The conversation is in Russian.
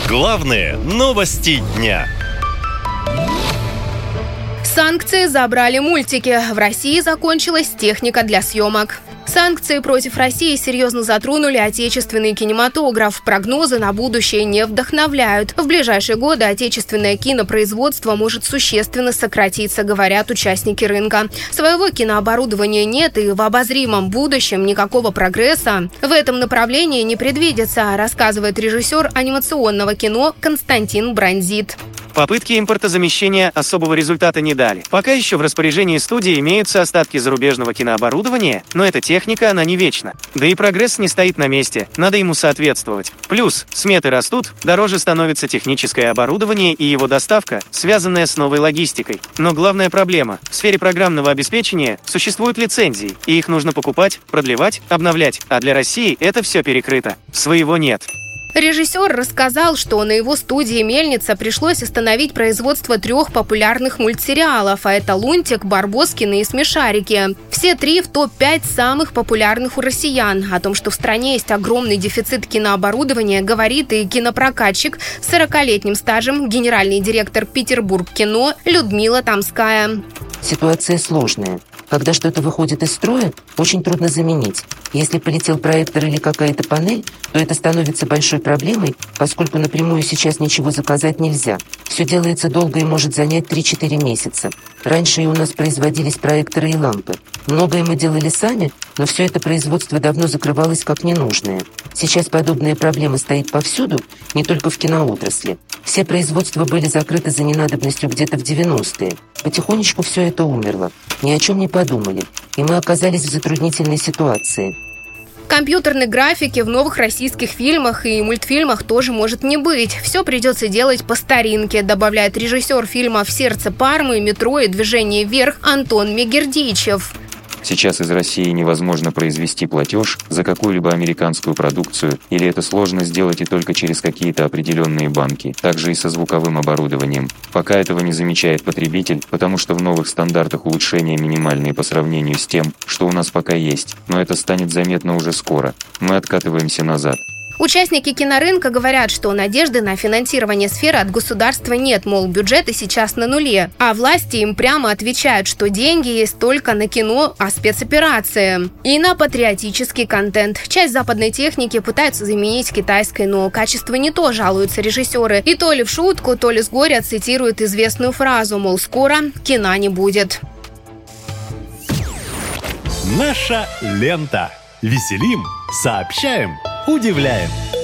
Главные новости дня. Санкции забрали мультики. В России закончилась техника для съемок. Санкции против России серьезно затронули отечественный кинематограф. Прогнозы на будущее не вдохновляют. В ближайшие годы отечественное кинопроизводство может существенно сократиться, говорят участники рынка. Своего кинооборудования нет, и в обозримом будущем никакого прогресса в этом направлении не предвидится, рассказывает режиссер анимационного кино Константин Бранзит. Попытки импортозамещения особого результата не дали. Пока еще в распоряжении студии имеются остатки зарубежного кинооборудования, но эта техника, она не вечна. Да и прогресс не стоит на месте, надо ему соответствовать. Плюс, сметы растут, дороже становится техническое оборудование и его доставка, связанная с новой логистикой. Но главная проблема – в сфере программного обеспечения существуют лицензии, и их нужно покупать, продлевать, обновлять, а для России это все перекрыто. Своего нет. Режиссер рассказал, что на его студии «Мельница» пришлось остановить производство 3 популярных мультсериалов, а это «Лунтик», «Барбоскины» и «Смешарики». Все 3 в топ-5 самых популярных у россиян. О том, что в стране есть огромный дефицит кинооборудования, говорит и кинопрокатчик с 40-летним стажем, генеральный директор Петербург-кино Людмила Тамская. Ситуация сложная. Когда что-то выходит из строя, очень трудно заменить. Если полетел проектор или какая-то панель, то это становится большой проблемой, поскольку напрямую сейчас ничего заказать нельзя. Все делается долго и может занять 3-4 месяца. Раньше и у нас производились проекторы и лампы. Многое мы делали сами, но все это производство давно закрывалось как ненужное. Сейчас подобная проблема стоит повсюду, не только в киноотрасли. Все производства были закрыты за ненадобностью где-то в 90-е. Потихонечку все это умерло. Ни о чем не подумали. И мы оказались в затруднительной ситуации. Компьютерной графики в новых российских фильмах и мультфильмах тоже может не быть. Все придется делать по старинке, добавляет режиссер фильма «В сердце Пармы», «Метро» и «Движение вверх» Антон Мегердичев. Сейчас из России невозможно произвести платеж за какую-либо американскую продукцию, или это сложно сделать и только через какие-то определенные банки. Также и со звуковым оборудованием. Пока этого не замечает потребитель, потому что в новых стандартах улучшения минимальные по сравнению с тем, что у нас пока есть. Но это станет заметно уже скоро. Мы откатываемся назад. Участники кинорынка говорят, что надежды на финансирование сферы от государства нет, мол, бюджеты сейчас на нуле. А власти им прямо отвечают, что деньги есть только на кино, а спецоперации. И на патриотический контент. Часть западной техники пытаются заменить китайской, но качество не то, жалуются режиссеры. И то ли в шутку, то ли с горя цитируют известную фразу, мол, скоро кино не будет. Наша лента. Веселим, сообщаем, удивляем.